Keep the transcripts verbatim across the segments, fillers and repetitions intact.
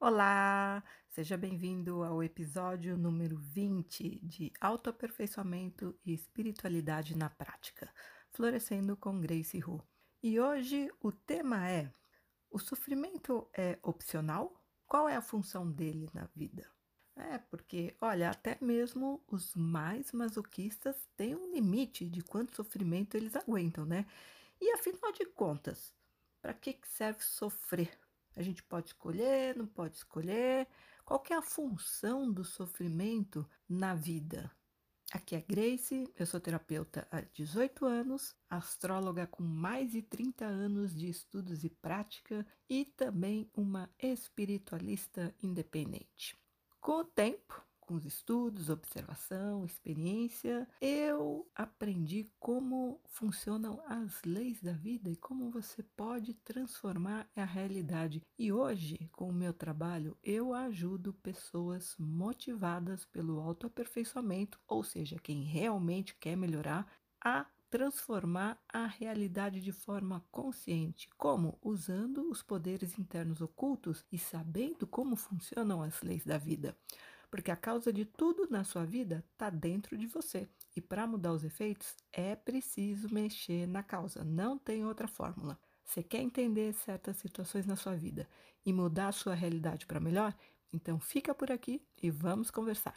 Olá, seja bem-vindo ao episódio número vinte de Autoaperfeiçoamento e Espiritualidade na Prática, Florescendo com Grace Hu. E hoje o tema é: o sofrimento é opcional? Qual é a função dele na vida? É, porque, olha, até mesmo os mais masoquistas têm um limite de quanto sofrimento eles aguentam, né? E afinal de contas, para que que serve sofrer? A gente pode escolher, não pode escolher. Qual que é a função do sofrimento na vida? Aqui é Grace, eu sou terapeuta há dezoito anos, astróloga com mais de trinta anos de estudos e prática e também uma espiritualista independente. Com o tempo, com os estudos, observação, experiência, eu aprendi como funcionam as leis da vida e como você pode transformar a realidade. E hoje, com o meu trabalho, eu ajudo pessoas motivadas pelo autoaperfeiçoamento, ou seja, quem realmente quer melhorar, a transformar a realidade de forma consciente. Como? Usando os poderes internos ocultos e sabendo como funcionam as leis da vida. Porque a causa de tudo na sua vida está dentro de você. E para mudar os efeitos, é preciso mexer na causa. Não tem outra fórmula. Você quer entender certas situações na sua vida e mudar a sua realidade para melhor? Então fica por aqui e vamos conversar.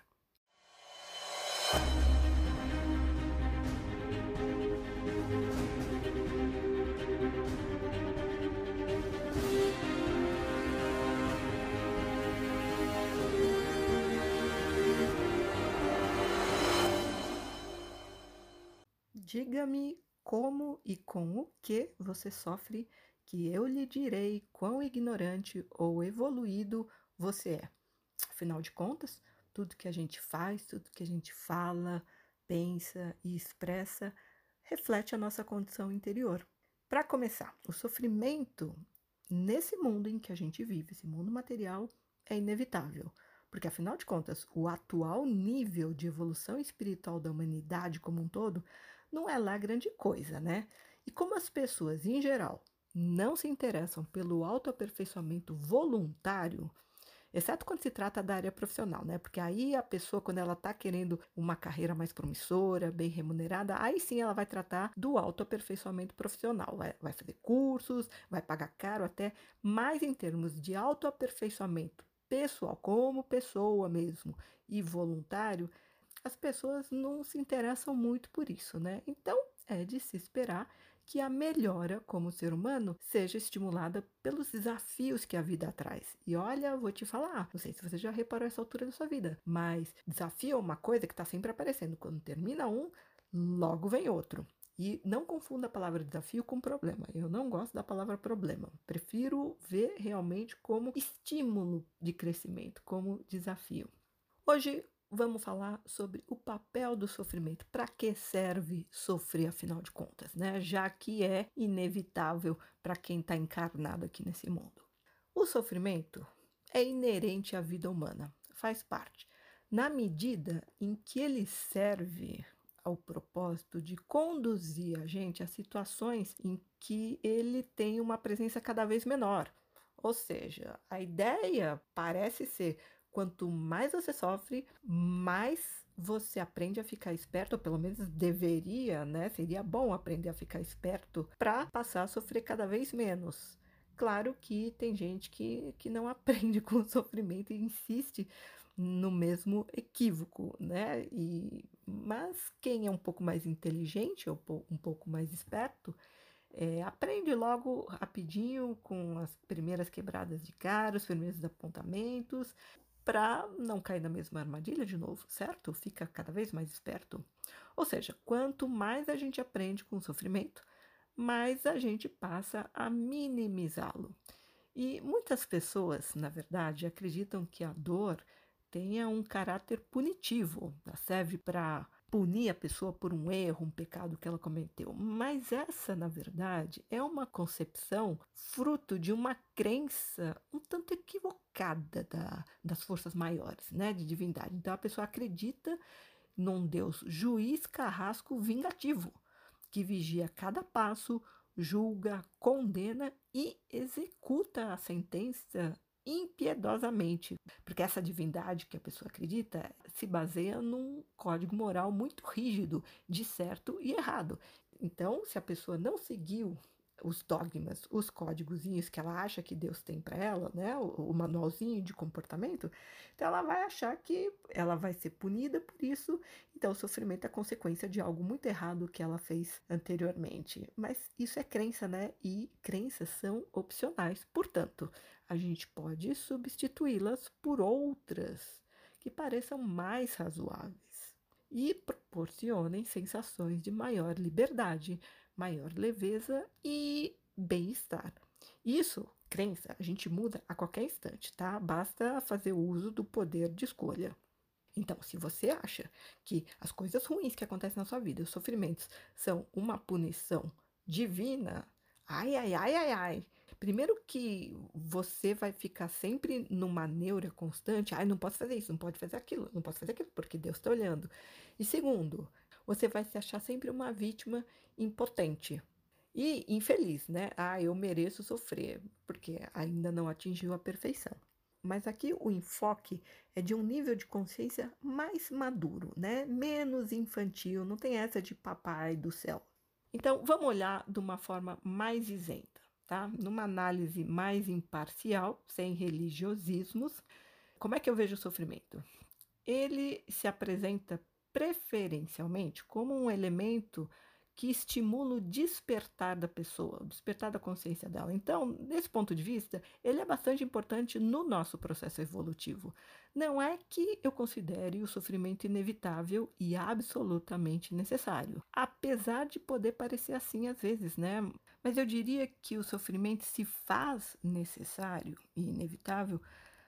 Diga-me como e com o que você sofre, que eu lhe direi quão ignorante ou evoluído você é. Afinal de contas, tudo que a gente faz, tudo que a gente fala, pensa e expressa reflete a nossa condição interior. Para começar, o sofrimento nesse mundo em que a gente vive, esse mundo material, é inevitável. Porque, afinal de contas, o atual nível de evolução espiritual da humanidade como um todo não é lá grande coisa, né? E como as pessoas, em geral, não se interessam pelo autoaperfeiçoamento voluntário, exceto quando se trata da área profissional, né? Porque aí a pessoa, quando ela está querendo uma carreira mais promissora, bem remunerada, aí sim ela vai tratar do autoaperfeiçoamento profissional. Vai, vai fazer cursos, vai pagar caro até, mas em termos de autoaperfeiçoamento pessoal, como pessoa mesmo, e voluntário, as pessoas não se interessam muito por isso, né? Então, é de se esperar que a melhora como ser humano seja estimulada pelos desafios que a vida traz. E olha, vou te falar, não sei se você já reparou essa altura da sua vida, mas desafio é uma coisa que está sempre aparecendo. Quando termina um, logo vem outro. E não confunda a palavra desafio com problema. Eu não gosto da palavra problema. Prefiro ver realmente como estímulo de crescimento, como desafio. Hoje vamos falar sobre o papel do sofrimento. Para que serve sofrer, afinal de contas, né? Já que é inevitável para quem está encarnado aqui nesse mundo. O sofrimento é inerente à vida humana, faz parte, na medida em que ele serve ao propósito de conduzir a gente a situações em que ele tem uma presença cada vez menor. Ou seja, a ideia parece ser: quanto mais você sofre, mais você aprende a ficar esperto, ou pelo menos deveria, né? Seria bom aprender a ficar esperto para passar a sofrer cada vez menos. Claro que tem gente que, que não aprende com o sofrimento e insiste no mesmo equívoco, né? E, mas quem é um pouco mais inteligente ou um pouco mais esperto, é, aprende logo rapidinho com as primeiras quebradas de cara, os primeiros apontamentos, para não cair na mesma armadilha de novo, certo? Fica cada vez mais esperto. Ou seja, quanto mais a gente aprende com o sofrimento, mais a gente passa a minimizá-lo. E muitas pessoas, na verdade, acreditam que a dor tenha um caráter punitivo, tá? Serve para punir a pessoa por um erro, um pecado que ela cometeu. Mas essa, na verdade, é uma concepção fruto de uma crença um tanto equivocada da, das forças maiores, né, de divindade. Então a pessoa acredita num Deus juiz carrasco vingativo, que vigia cada passo, julga, condena e executa a sentença impiedosamente, porque essa divindade que a pessoa acredita se baseia num código moral muito rígido de certo e errado. Então, se a pessoa não seguiu os dogmas, os códigozinhos que ela acha que Deus tem para ela, né, o, o manualzinho de comportamento, então ela vai achar que ela vai ser punida por isso. Então, o sofrimento é consequência de algo muito errado que ela fez anteriormente. Mas isso é crença, né? E crenças são opcionais. Portanto, a gente pode substituí-las por outras que pareçam mais razoáveis e proporcionem sensações de maior liberdade, maior leveza e bem-estar. Isso, crença, a gente muda a qualquer instante, tá? Basta fazer uso do poder de escolha. Então, se você acha que as coisas ruins que acontecem na sua vida, os sofrimentos, são uma punição divina, ai, ai, ai, ai, ai. Primeiro que você vai ficar sempre numa neura constante, ai, não posso fazer isso, não pode fazer aquilo, não posso fazer aquilo, porque Deus está olhando. E segundo, você vai se achar sempre uma vítima impotente e infeliz, né? Ah, eu mereço sofrer, porque ainda não atingiu a perfeição. Mas aqui o enfoque é de um nível de consciência mais maduro, né? Menos infantil, não tem essa de papai do céu. Então, vamos olhar de uma forma mais isenta, tá? Numa análise mais imparcial, sem religiosismos. Como é que eu vejo o sofrimento? Ele se apresenta preferencialmente como um elemento que estimula o despertar da pessoa, o despertar da consciência dela. Então, desse ponto de vista, ele é bastante importante no nosso processo evolutivo. Não é que eu considere o sofrimento inevitável e absolutamente necessário, apesar de poder parecer assim às vezes, né? Mas eu diria que o sofrimento se faz necessário e inevitável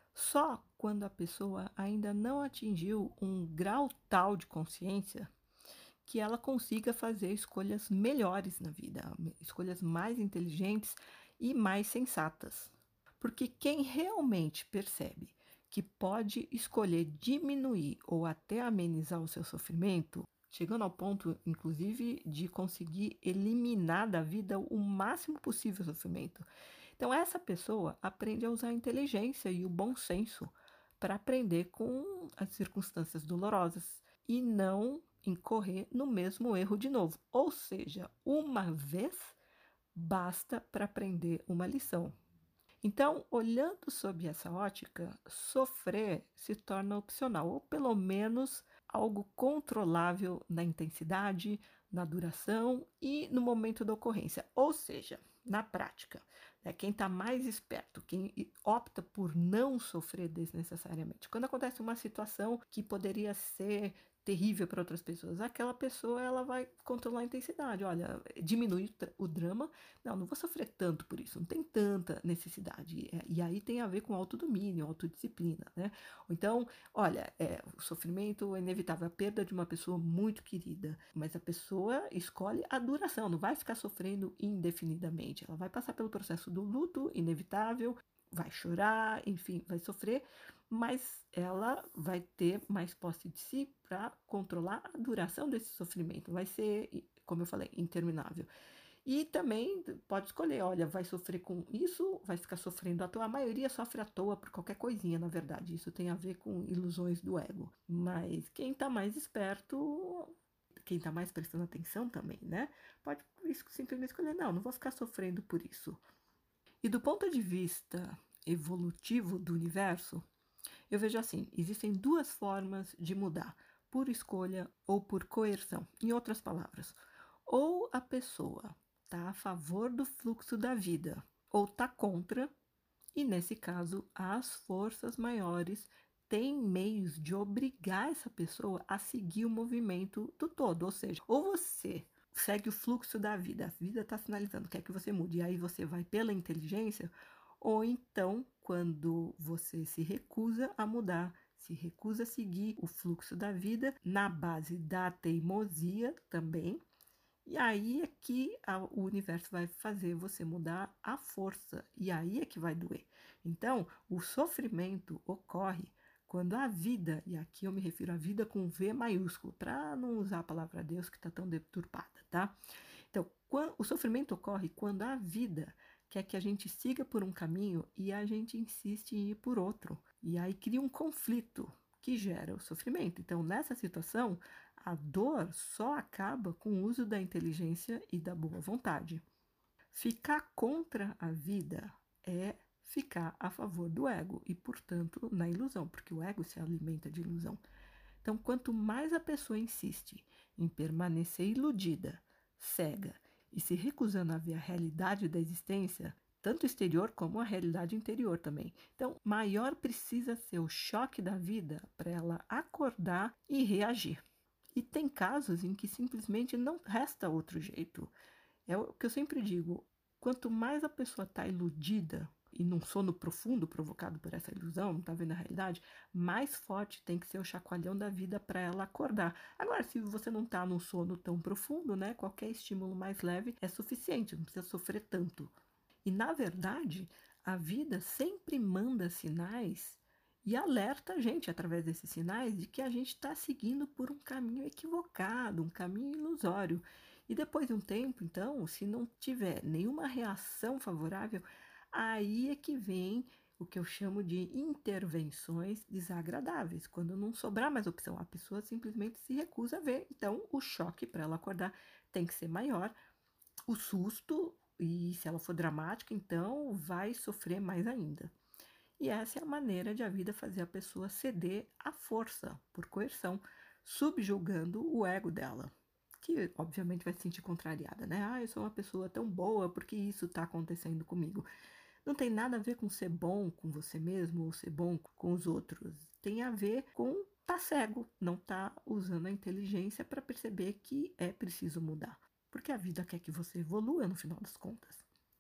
só quando a pessoa ainda não atingiu um grau tal de consciência que ela consiga fazer escolhas melhores na vida, escolhas mais inteligentes e mais sensatas. Porque quem realmente percebe que pode escolher diminuir ou até amenizar o seu sofrimento, chegando ao ponto, inclusive, de conseguir eliminar da vida o máximo possível o sofrimento. Então, essa pessoa aprende a usar a inteligência e o bom senso para aprender com as circunstâncias dolorosas e não incorrer no mesmo erro de novo. Ou seja, uma vez basta para aprender uma lição. Então, olhando sob essa ótica, sofrer se torna opcional, ou pelo menos algo controlável na intensidade, na duração e no momento da ocorrência. Ou seja, na prática, né, quem está mais esperto, quem opta por não sofrer desnecessariamente. Quando acontece uma situação que poderia ser terrível para outras pessoas, aquela pessoa ela vai controlar a intensidade. Olha, diminui o drama. Não, não vou sofrer tanto por isso, não tem tanta necessidade. E aí tem a ver com autodomínio, autodisciplina, né? Então, olha, é, o sofrimento é inevitável, a perda de uma pessoa muito querida, mas a pessoa escolhe a duração, não vai ficar sofrendo indefinidamente. Ela vai passar pelo processo do luto inevitável, vai chorar, enfim, vai sofrer, mas ela vai ter mais posse de si para controlar a duração desse sofrimento. Vai ser, como eu falei, interminável. E também pode escolher, olha, vai sofrer com isso, vai ficar sofrendo à toa. A maioria sofre à toa por qualquer coisinha, na verdade. Isso tem a ver com ilusões do ego. Mas quem está mais esperto, quem está mais prestando atenção também, né? Pode simplesmente escolher, não, não vou ficar sofrendo por isso. E do ponto de vista evolutivo do universo, eu vejo assim, existem duas formas de mudar, por escolha ou por coerção. Em outras palavras, ou a pessoa está a favor do fluxo da vida ou está contra, e nesse caso as forças maiores têm meios de obrigar essa pessoa a seguir o movimento do todo, ou seja, ou você segue o fluxo da vida, a vida está sinalizando, quer que você mude, e aí você vai pela inteligência, ou então, quando você se recusa a mudar, se recusa a seguir o fluxo da vida, na base da teimosia também, e aí é que a, o universo vai fazer você mudar a força, e aí é que vai doer. Então, o sofrimento ocorre quando a vida, e aqui eu me refiro à vida com V maiúsculo, para não usar a palavra Deus que está tão deturpada, tá? Então, quando, o sofrimento ocorre quando a vida quer que a gente siga por um caminho e a gente insiste em ir por outro. E aí cria um conflito que gera o sofrimento. Então, nessa situação, a dor só acaba com o uso da inteligência e da boa vontade. Ficar contra a vida é ficar a favor do ego e, portanto, na ilusão, porque o ego se alimenta de ilusão. Então, quanto mais a pessoa insiste em permanecer iludida, cega e se recusando a ver a realidade da existência, tanto exterior como a realidade interior também. Então, maior precisa ser o choque da vida para ela acordar e reagir. E tem casos em que simplesmente não resta outro jeito. É o que eu sempre digo, quanto mais a pessoa está iludida e num sono profundo provocado por essa ilusão, não está vendo a realidade, mais forte tem que ser o chacoalhão da vida para ela acordar. Agora, se você não está num sono tão profundo, né, qualquer estímulo mais leve é suficiente, não precisa sofrer tanto. E, na verdade, a vida sempre manda sinais e alerta a gente, através desses sinais, de que a gente está seguindo por um caminho equivocado, um caminho ilusório. E depois de um tempo, então, se não tiver nenhuma reação favorável, aí é que vem o que eu chamo de intervenções desagradáveis. Quando não sobrar mais opção, a pessoa simplesmente se recusa a ver. Então, o choque para ela acordar tem que ser maior, o susto, e se ela for dramática, então vai sofrer mais ainda. E essa é a maneira de a vida fazer a pessoa ceder à força, por coerção, subjugando o ego dela, que obviamente vai se sentir contrariada, né? Ah, eu sou uma pessoa tão boa, por que isso está acontecendo comigo? Não tem nada a ver com ser bom com você mesmo ou ser bom com os outros. Tem a ver com estar tá cego, não estar tá usando a inteligência para perceber que é preciso mudar. Porque a vida quer que você evolua no final das contas.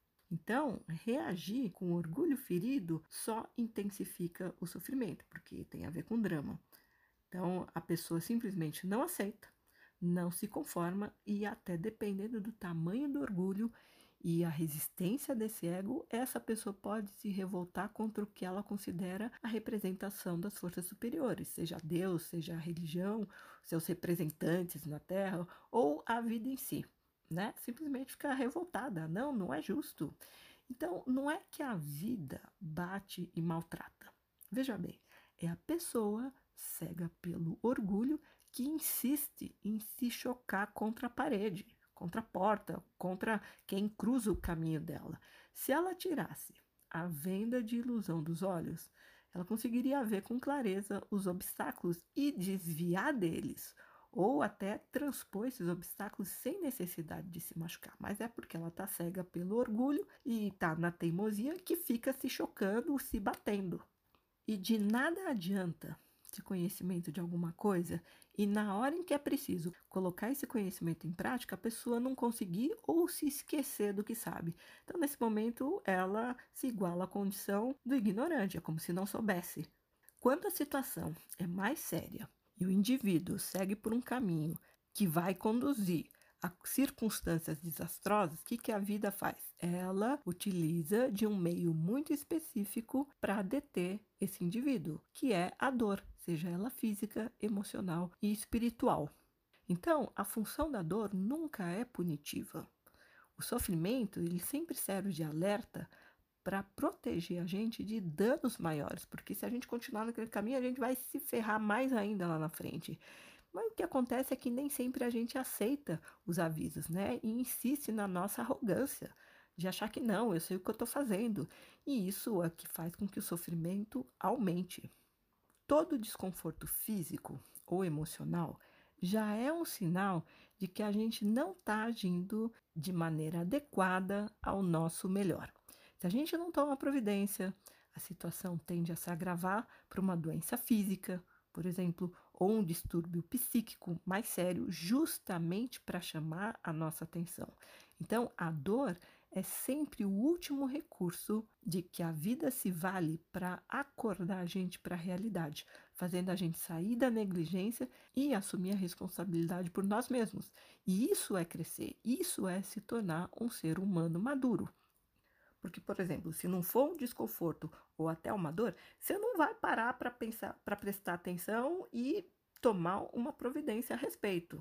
Então, reagir com orgulho ferido só intensifica o sofrimento, porque tem a ver com drama. Então, a pessoa simplesmente não aceita, não se conforma e, até dependendo do tamanho do orgulho e a resistência desse ego, essa pessoa pode se revoltar contra o que ela considera a representação das forças superiores, seja Deus, seja a religião, seus representantes na Terra ou a vida em si. Né? Simplesmente ficar revoltada. Não, não é justo. Então, não é que a vida bate e maltrata. Veja bem, é a pessoa cega pelo orgulho que insiste em se chocar contra a parede, contra a porta, contra quem cruza o caminho dela. Se ela tirasse a venda de ilusão dos olhos, ela conseguiria ver com clareza os obstáculos e desviar deles, ou até transpor esses obstáculos sem necessidade de se machucar. Mas é porque ela está cega pelo orgulho e está na teimosia que fica se chocando, se batendo. E de nada adianta esse conhecimento de alguma coisa e na hora em que é preciso colocar esse conhecimento em prática, a pessoa não conseguir ou se esquecer do que sabe. Então, nesse momento, ela se iguala à condição do ignorante, é como se não soubesse. Quando a situação é mais séria e o indivíduo segue por um caminho que vai conduzir a circunstâncias desastrosas, o que, que a vida faz? Ela utiliza de um meio muito específico para deter esse indivíduo, que é a dor, seja ela física, emocional e espiritual. Então, a função da dor nunca é punitiva. O sofrimento, ele sempre serve de alerta para proteger a gente de danos maiores, porque se a gente continuar naquele caminho, a gente vai se ferrar mais ainda lá na frente. Mas o que acontece é que nem sempre a gente aceita os avisos, né? E insiste na nossa arrogância de achar que não, eu sei o que eu estou fazendo. E isso é que faz com que o sofrimento aumente. Todo desconforto físico ou emocional já é um sinal de que a gente não está agindo de maneira adequada ao nosso melhor. Se a gente não toma providência, a situação tende a se agravar para uma doença física, por exemplo, ou um distúrbio psíquico mais sério, justamente para chamar a nossa atenção. Então, a dor é sempre o último recurso de que a vida se vale para acordar a gente para a realidade, fazendo a gente sair da negligência e assumir a responsabilidade por nós mesmos. E isso é crescer, isso é se tornar um ser humano maduro. Porque, por exemplo, se não for um desconforto ou até uma dor, você não vai parar para pensar, para prestar atenção e tomar uma providência a respeito.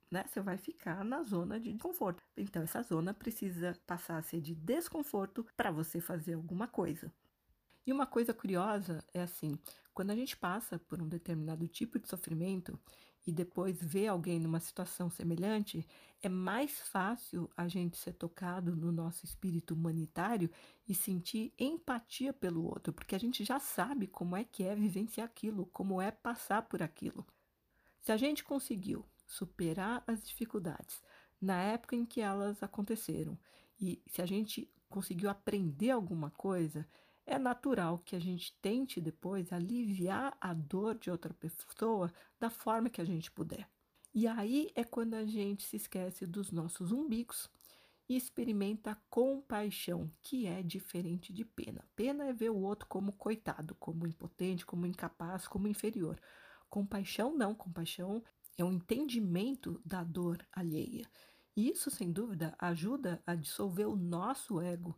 né? Você vai ficar na zona de conforto. Então, essa zona precisa passar a ser de desconforto para você fazer alguma coisa. E uma coisa curiosa é assim, quando a gente passa por um determinado tipo de sofrimento e depois vê alguém numa situação semelhante, é mais fácil a gente ser tocado no nosso espírito humanitário e sentir empatia pelo outro, porque a gente já sabe como é que é vivenciar aquilo, como é passar por aquilo. Se a gente conseguiu superar as dificuldades na época em que elas aconteceram e se a gente conseguiu aprender alguma coisa, é natural que a gente tente depois aliviar a dor de outra pessoa da forma que a gente puder. E aí é quando a gente se esquece dos nossos umbigos e experimenta compaixão, que é diferente de pena. Pena é ver o outro como coitado, como impotente, como incapaz, como inferior. Compaixão não, compaixão é um entendimento da dor alheia. E isso, sem dúvida, ajuda a dissolver o nosso ego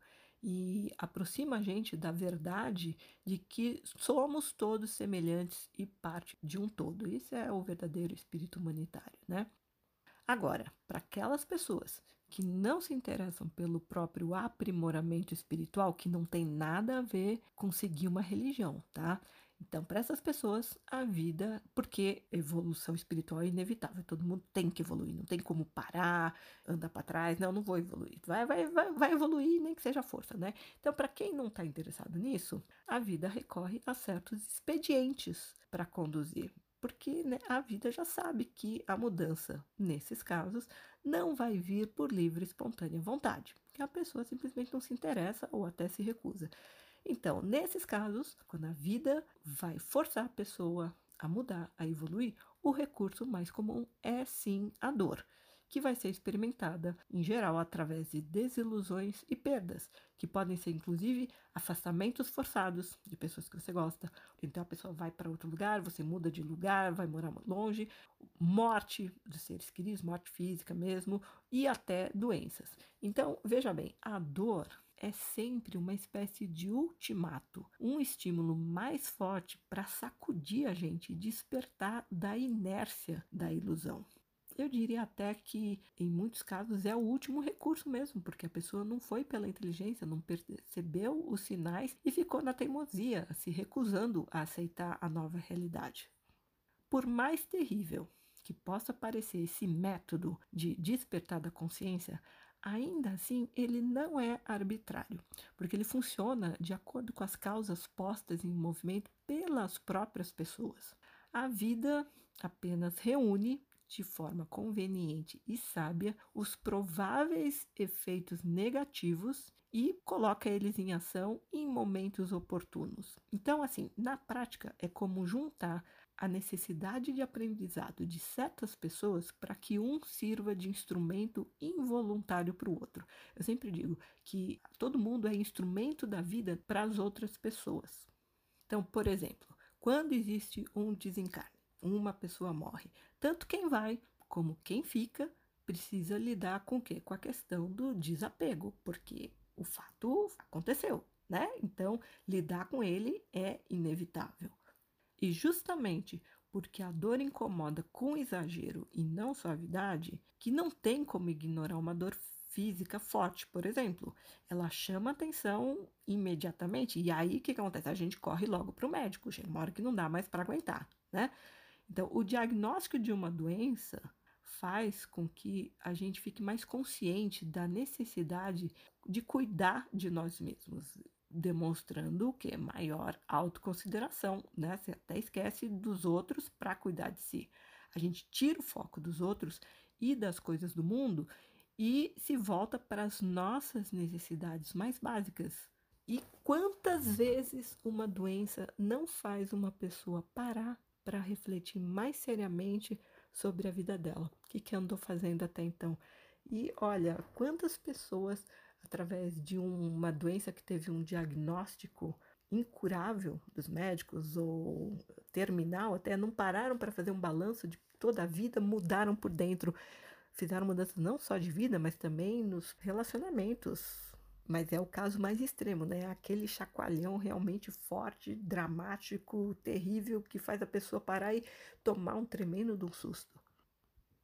e aproxima a gente da verdade de que somos todos semelhantes e parte de um todo. Isso é o verdadeiro espírito humanitário, né? Agora, para aquelas pessoas que não se interessam pelo próprio aprimoramento espiritual, que não tem nada a ver com seguir uma religião, tá? Então, para essas pessoas, a vida, porque evolução espiritual é inevitável, todo mundo tem que evoluir, não tem como parar, andar para trás, não, não vou evoluir, vai, vai, vai, vai evoluir, nem que seja força, né? Então, para quem não está interessado nisso, a vida recorre a certos expedientes para conduzir, porque né, a vida já sabe que a mudança, nesses casos, não vai vir por livre e espontânea vontade, que a pessoa simplesmente não se interessa ou até se recusa. Então, nesses casos, quando a vida vai forçar a pessoa a mudar, a evoluir, o recurso mais comum é sim a dor, que vai ser experimentada, em geral, através de desilusões e perdas, que podem ser, inclusive, afastamentos forçados de pessoas que você gosta. Então, a pessoa vai para outro lugar, você muda de lugar, vai morar longe, morte de seres queridos, morte física mesmo, e até doenças. Então, veja bem, a dor é sempre uma espécie de ultimato, um estímulo mais forte para sacudir a gente e despertar da inércia da ilusão. Eu diria até que, em muitos casos, é o último recurso mesmo, porque a pessoa não foi pela inteligência, não percebeu os sinais e ficou na teimosia, se recusando a aceitar a nova realidade. Por mais terrível que possa parecer esse método de despertar da consciência, ainda assim ele não é arbitrário, porque ele funciona de acordo com as causas postas em movimento pelas próprias pessoas. A vida apenas reúne de forma conveniente e sábia os prováveis efeitos negativos e coloca eles em ação em momentos oportunos. Então, assim, na prática, é como juntar a necessidade de aprendizado de certas pessoas para que um sirva de instrumento involuntário para o outro. Eu sempre digo que todo mundo é instrumento da vida para as outras pessoas. Então, por exemplo, quando existe um desencarne, uma pessoa morre, tanto quem vai como quem fica precisa lidar com o quê? Com a questão do desapego, porque o fato aconteceu, né? Então, lidar com ele é inevitável. E justamente porque a dor incomoda com exagero e não suavidade, que não tem como ignorar uma dor física forte, por exemplo. Ela chama atenção imediatamente. E aí, o que, que acontece? A gente corre logo para o médico. Chega uma hora que não dá mais para aguentar, né? Então, o diagnóstico de uma doença faz com que a gente fique mais consciente da necessidade de cuidar de nós mesmos, demonstrando o que? Maior autoconsideração, né? Você até esquece dos outros para cuidar de si. A gente tira o foco dos outros e das coisas do mundo e se volta para as nossas necessidades mais básicas. E quantas vezes uma doença não faz uma pessoa parar para refletir mais seriamente sobre a vida dela? O que, que andou fazendo até então? E olha, quantas pessoas, através de uma doença que teve um diagnóstico incurável dos médicos ou terminal, até não pararam para fazer um balanço de toda a vida, mudaram por dentro, fizeram mudanças não só de vida, mas também nos relacionamentos. Mas é o caso mais extremo, né? Aquele chacoalhão realmente forte, dramático, terrível, que faz a pessoa parar e tomar um tremendo de um susto.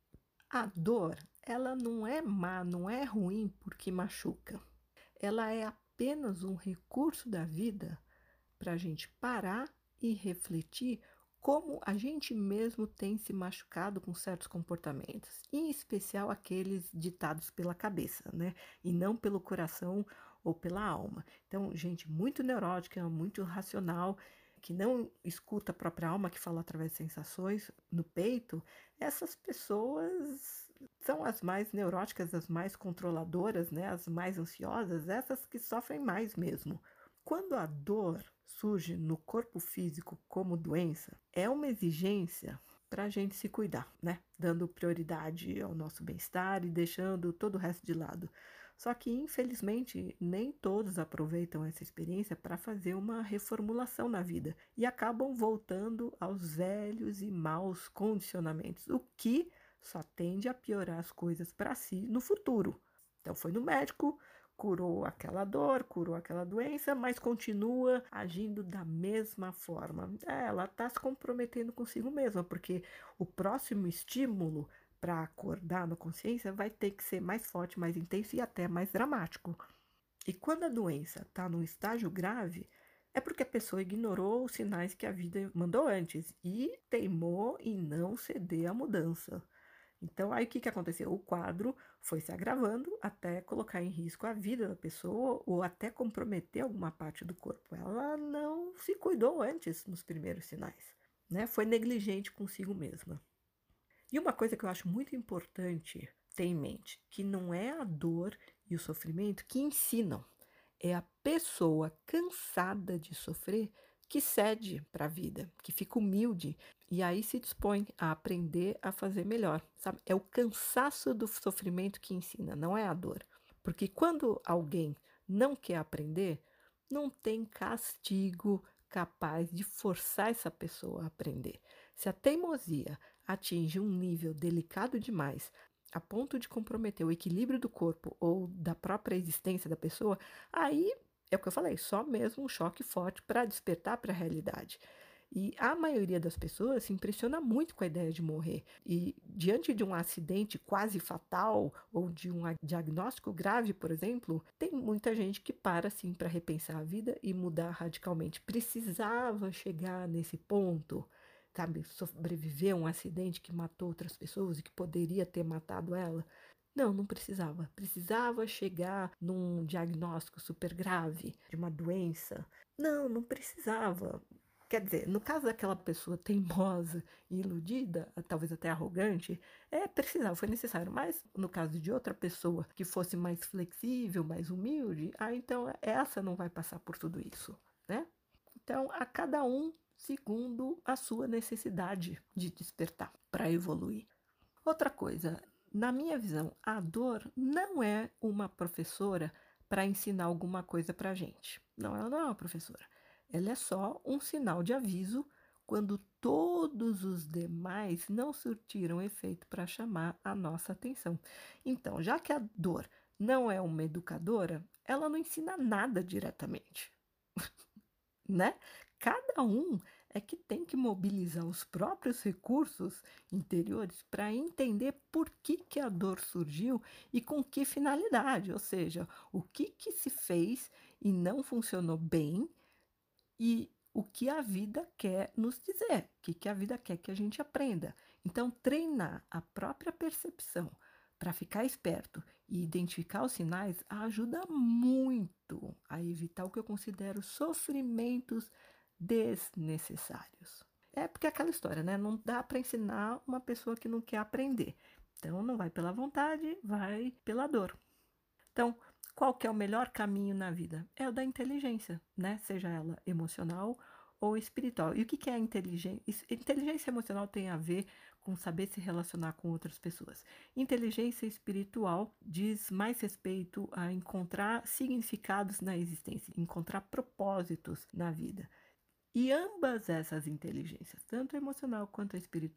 A dor, ela não é má, não é ruim porque machuca. Ela é apenas um recurso da vida para a gente parar e refletir como a gente mesmo tem se machucado com certos comportamentos, em especial aqueles ditados pela cabeça, né? E não pelo coração ou pela alma. Então, gente muito neurótica, muito racional, que não escuta a própria alma, que fala através de sensações no peito, essas pessoas são as mais neuróticas, as mais controladoras, né? As mais ansiosas, essas que sofrem mais mesmo. Quando a dor surge no corpo físico como doença, é uma exigência para a gente se cuidar, né? Dando prioridade ao nosso bem-estar e deixando todo o resto de lado. Só que, infelizmente, nem todos aproveitam essa experiência para fazer uma reformulação na vida e acabam voltando aos velhos e maus condicionamentos, o que só tende a piorar as coisas para si no futuro. Então, foi no médico, curou aquela dor, curou aquela doença, mas continua agindo da mesma forma. Ela está se comprometendo consigo mesma, porque o próximo estímulo para acordar na consciência vai ter que ser mais forte, mais intenso e até mais dramático. E quando a doença está num estágio grave, é porque a pessoa ignorou os sinais que a vida mandou antes e teimou em não ceder à mudança. Então, aí o que, que aconteceu? O quadro foi se agravando até colocar em risco a vida da pessoa ou até comprometer alguma parte do corpo. Ela não se cuidou antes nos primeiros sinais, né? Foi negligente consigo mesma. E uma coisa que eu acho muito importante ter em mente, que não é a dor e o sofrimento que ensinam, é a pessoa cansada de sofrer que cede para a vida, que fica humilde e aí se dispõe a aprender a fazer melhor, sabe? É o cansaço do sofrimento que ensina, não é a dor. Porque quando alguém não quer aprender, não tem castigo capaz de forçar essa pessoa a aprender. Se a teimosia atinge um nível delicado demais, a ponto de comprometer o equilíbrio do corpo ou da própria existência da pessoa, aí é o que eu falei, só mesmo um choque forte para despertar para a realidade. E a maioria das pessoas se impressiona muito com a ideia de morrer. E diante de um acidente quase fatal ou de um diagnóstico grave, por exemplo, tem muita gente que para assim para repensar a vida e mudar radicalmente. Precisava chegar nesse ponto, sabe, sobreviver a um acidente que matou outras pessoas e que poderia ter matado ela. Não, não precisava. Precisava chegar num diagnóstico super grave de uma doença. Não, não precisava. Quer dizer, no caso daquela pessoa teimosa e iludida, talvez até arrogante, é precisava, foi necessário. Mas no caso de outra pessoa que fosse mais flexível, mais humilde, ah, então essa não vai passar por tudo isso, né? Então, a cada um segundo a sua necessidade de despertar para evoluir. Outra coisa, na minha visão, a dor não é uma professora para ensinar alguma coisa para a gente. Não, ela não é uma professora. Ela é só um sinal de aviso quando todos os demais não surtiram efeito para chamar a nossa atenção. Então, já que a dor não é uma educadora, ela não ensina nada diretamente, né? Cada um é que tem que mobilizar os próprios recursos interiores para entender por que, que a dor surgiu e com que finalidade, ou seja, o que, que se fez e não funcionou bem e o que a vida quer nos dizer, o que, que a vida quer que a gente aprenda. Então, treinar a própria percepção para ficar esperto e identificar os sinais ajuda muito a evitar o que eu considero sofrimentos desnecessários. É porque é aquela história, né? Não dá para ensinar uma pessoa que não quer aprender. Então, não vai pela vontade, vai pela dor. Então, qual que é o melhor caminho na vida? É o da inteligência, né? Seja ela emocional ou espiritual. E o que, que é a inteligência? Inteligência emocional tem a ver com saber se relacionar com outras pessoas. Inteligência espiritual diz mais respeito a encontrar significados na existência, encontrar propósitos na vida. E ambas essas inteligências, tanto a emocional quanto a espiritual,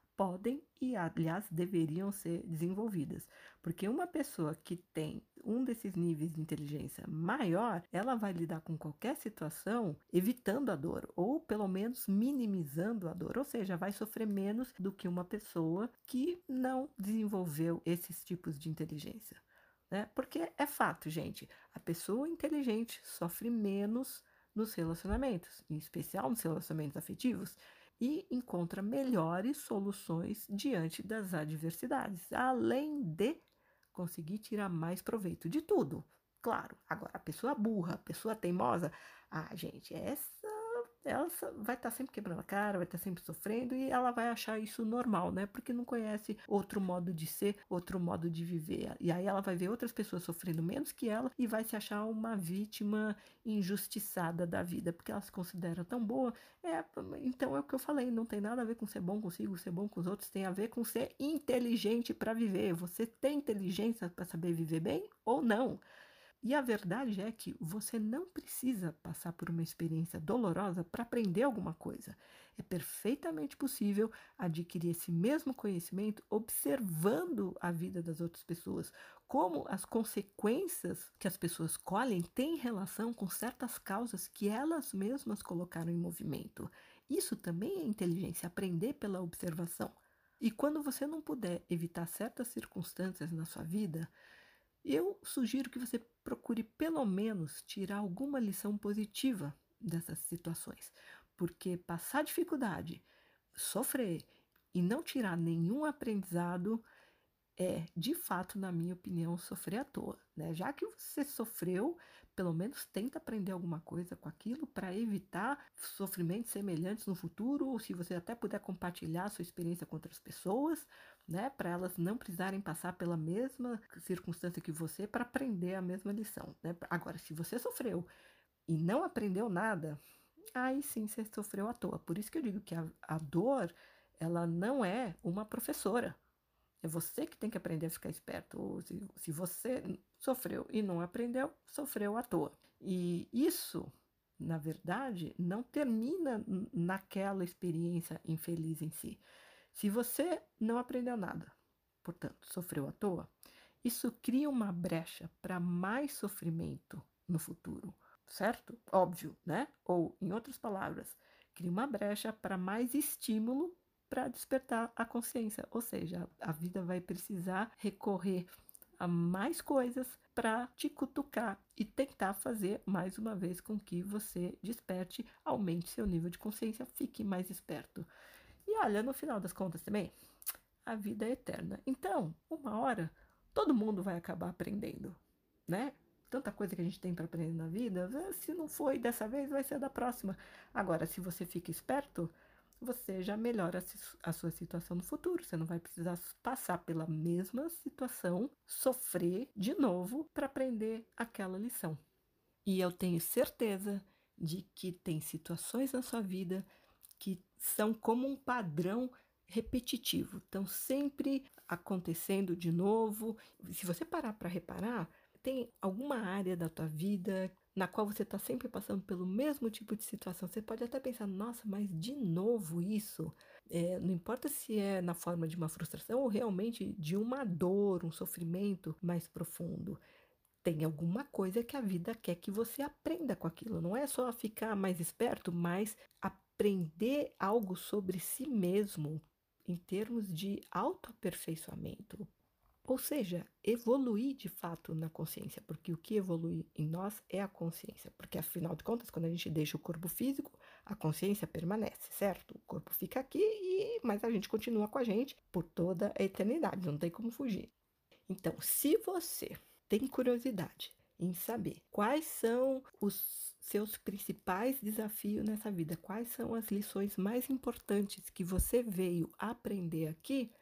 podem e, aliás, deveriam ser desenvolvidas. Porque uma pessoa que tem um desses níveis de inteligência maior, ela vai lidar com qualquer situação evitando a dor, ou pelo menos minimizando a dor, ou seja, vai sofrer menos do que uma pessoa que não desenvolveu esses tipos de inteligência. Né? Porque é fato, gente, a pessoa inteligente sofre menos nos relacionamentos, em especial nos relacionamentos afetivos, e encontra melhores soluções diante das adversidades, além de conseguir tirar mais proveito de tudo. Claro, agora a pessoa burra, a pessoa teimosa, ah, gente, essa ela vai estar sempre quebrando a cara, vai estar sempre sofrendo e ela vai achar isso normal, né? Porque não conhece outro modo de ser, outro modo de viver. E aí ela vai ver outras pessoas sofrendo menos que ela e vai se achar uma vítima injustiçada da vida, porque ela se considera tão boa. É, então é o que eu falei, não tem nada a ver com ser bom consigo, ser bom com os outros, tem a ver com ser inteligente para viver. Você tem inteligência para saber viver bem ou não? E a verdade é que você não precisa passar por uma experiência dolorosa para aprender alguma coisa. É perfeitamente possível adquirir esse mesmo conhecimento observando a vida das outras pessoas, como as consequências que as pessoas colhem têm relação com certas causas que elas mesmas colocaram em movimento. Isso também é inteligência, aprender pela observação. E quando você não puder evitar certas circunstâncias na sua vida, eu sugiro que você procure pelo menos tirar alguma lição positiva dessas situações, porque passar dificuldade, sofrer e não tirar nenhum aprendizado é, de fato, na minha opinião, sofrer à toa, né? Já que você sofreu, pelo menos tenta aprender alguma coisa com aquilo para evitar sofrimentos semelhantes no futuro, ou se você até puder compartilhar a sua experiência com outras pessoas, né? Para elas não precisarem passar pela mesma circunstância que você para aprender a mesma lição, né? Agora, se você sofreu e não aprendeu nada, aí sim você sofreu à toa. Por isso que eu digo que a, a dor, ela não é uma professora. É você que tem que aprender a ficar esperto. Ou se, se você sofreu e não aprendeu, sofreu à toa. E isso, na verdade, não termina naquela experiência infeliz em si. Se você não aprendeu nada, portanto, sofreu à toa, isso cria uma brecha para mais sofrimento no futuro, certo? Óbvio, né? Ou, em outras palavras, cria uma brecha para mais estímulo para despertar a consciência, ou seja, a vida vai precisar recorrer a mais coisas para te cutucar e tentar fazer mais uma vez com que você desperte, aumente seu nível de consciência, fique mais esperto. E olha, no final das contas também, a vida é eterna. Então, uma hora, todo mundo vai acabar aprendendo, né? Tanta coisa que a gente tem para aprender na vida, se não foi dessa vez, vai ser da próxima. Agora, se você fica esperto, você já melhora a sua situação no futuro. Você não vai precisar passar pela mesma situação, sofrer de novo para aprender aquela lição. E eu tenho certeza de que tem situações na sua vida que são como um padrão repetitivo, estão sempre acontecendo de novo. Se você parar para reparar, tem alguma área da tua vida na qual você está sempre passando pelo mesmo tipo de situação. Você pode até pensar, nossa, mas de novo isso? É, não importa se é na forma de uma frustração ou realmente de uma dor, um sofrimento mais profundo. Tem alguma coisa que a vida quer que você aprenda com aquilo. Não é só ficar mais esperto, mas aprender algo sobre si mesmo em termos de autoaperfeiçoamento. Ou seja, evoluir de fato na consciência, porque o que evolui em nós é a consciência. Porque afinal de contas, quando a gente deixa o corpo físico, a consciência permanece, certo? O corpo fica aqui, e, mas a gente continua com a gente por toda a eternidade, não tem como fugir. Então, se você tem curiosidade em saber quais são os seus principais desafios nessa vida, quais são as lições mais importantes que você veio aprender aqui,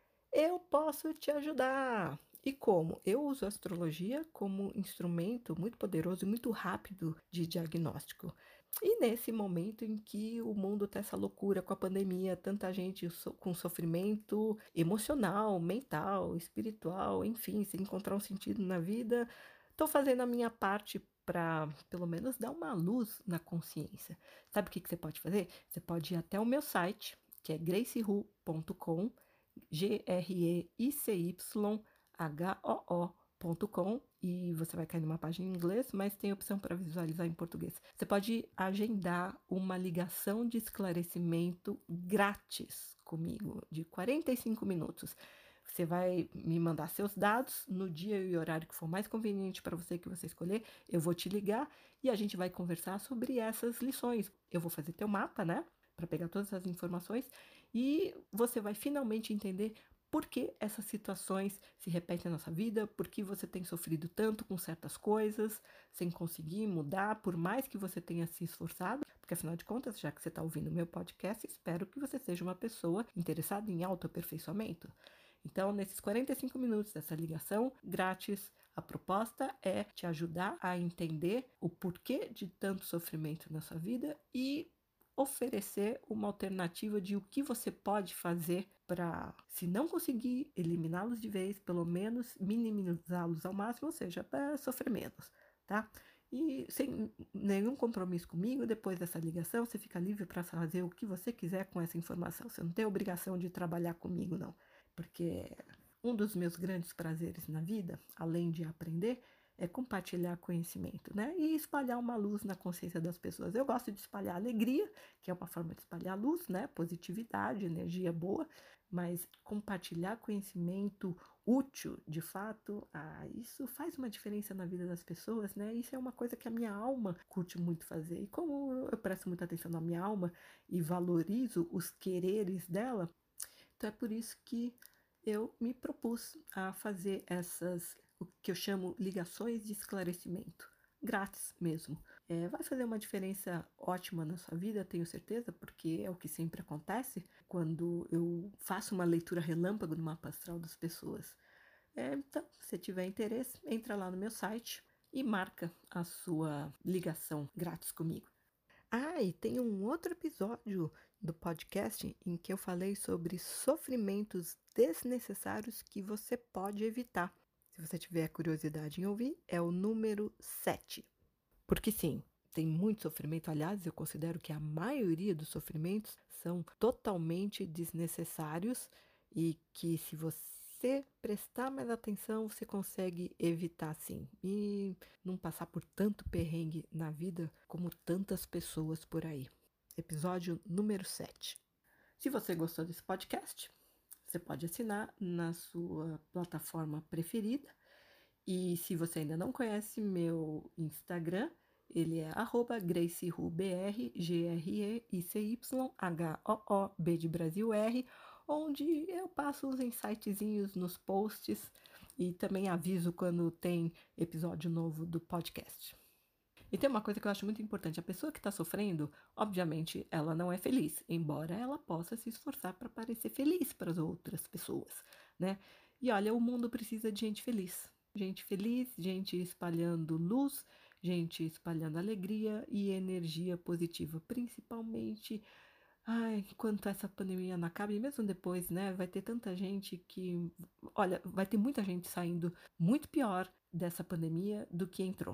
eu posso te ajudar. E como? Eu uso a astrologia como instrumento muito poderoso e muito rápido de diagnóstico. E nesse momento em que o mundo está essa loucura com a pandemia, tanta gente so- com sofrimento emocional, mental, espiritual, enfim, sem encontrar um sentido na vida, estou fazendo a minha parte para, pelo menos, dar uma luz na consciência. Sabe o que, que você pode fazer? Você pode ir até o meu site, que é gracyhu ponto com, G R E I C Y H O O ponto com, e você vai cair numa página em inglês, mas tem opção para visualizar em português. Você pode agendar uma ligação de esclarecimento grátis comigo, de quarenta e cinco minutos. Você vai me mandar seus dados no dia e horário que for mais conveniente para você, que você escolher. Eu vou te ligar e a gente vai conversar sobre essas lições. Eu vou fazer teu mapa, né? Para pegar todas as informações, e você vai finalmente entender por que essas situações se repetem na nossa vida, por que você tem sofrido tanto com certas coisas, sem conseguir mudar, por mais que você tenha se esforçado, porque afinal de contas, já que você está ouvindo o meu podcast, espero que você seja uma pessoa interessada em autoaperfeiçoamento. Então, nesses quarenta e cinco minutos dessa ligação grátis, a proposta é te ajudar a entender o porquê de tanto sofrimento na sua vida e oferecer uma alternativa de o que você pode fazer para, se não conseguir eliminá-los de vez, pelo menos minimizá-los ao máximo, ou seja, para sofrer menos, tá? E sem nenhum compromisso comigo, depois dessa ligação, você fica livre para fazer o que você quiser com essa informação. Você não tem obrigação de trabalhar comigo, não. Porque um dos meus grandes prazeres na vida, além de aprender, é compartilhar conhecimento, né? E espalhar uma luz na consciência das pessoas. Eu gosto de espalhar alegria, que é uma forma de espalhar luz, né? Positividade, energia boa, mas compartilhar conhecimento útil, de fato, ah, isso faz uma diferença na vida das pessoas, né? Isso é uma coisa que a minha alma curte muito fazer. E como eu presto muita atenção na minha alma e valorizo os quereres dela, então é por isso que eu me propus a fazer essas, o que eu chamo ligações de esclarecimento, grátis mesmo. É, vai fazer uma diferença ótima na sua vida, tenho certeza, porque é o que sempre acontece quando eu faço uma leitura relâmpago no mapa astral das pessoas. É, então, se tiver interesse, entra lá no meu site e marca a sua ligação grátis comigo. Ah, e tem um outro episódio do podcast em que eu falei sobre sofrimentos desnecessários que você pode evitar. Se você tiver curiosidade em ouvir, é o número sete. Porque sim, tem muito sofrimento. Aliás, eu considero que a maioria dos sofrimentos são totalmente desnecessários e que, se você prestar mais atenção, você consegue evitar, sim. E não passar por tanto perrengue na vida como tantas pessoas por aí. Episódio número sete. Se você gostou desse podcast, você pode assinar na sua plataforma preferida. E se você ainda não conhece meu Instagram, ele é arroba gracyhubr, G R E I C Y H O O B de Brasil R, onde eu passo os insightzinhos nos posts e também aviso quando tem episódio novo do podcast. E tem uma coisa que eu acho muito importante: a pessoa que está sofrendo, obviamente, ela não é feliz, embora ela possa se esforçar para parecer feliz para as outras pessoas, né? E olha, o mundo precisa de gente feliz. Gente feliz, gente espalhando luz, gente espalhando alegria e energia positiva, principalmente, ai, enquanto essa pandemia não acaba, e mesmo depois, né, vai ter tanta gente que, olha, vai ter muita gente saindo muito pior dessa pandemia do que entrou.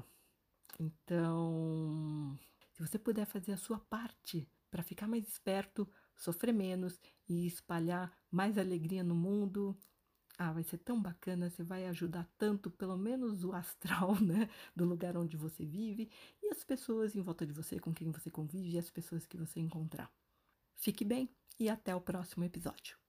Então, se você puder fazer a sua parte para ficar mais esperto, sofrer menos e espalhar mais alegria no mundo, ah, vai ser tão bacana, você vai ajudar tanto, pelo menos o astral, né, do lugar onde você vive e as pessoas em volta de você, com quem você convive e as pessoas que você encontrar. Fique bem e até o próximo episódio.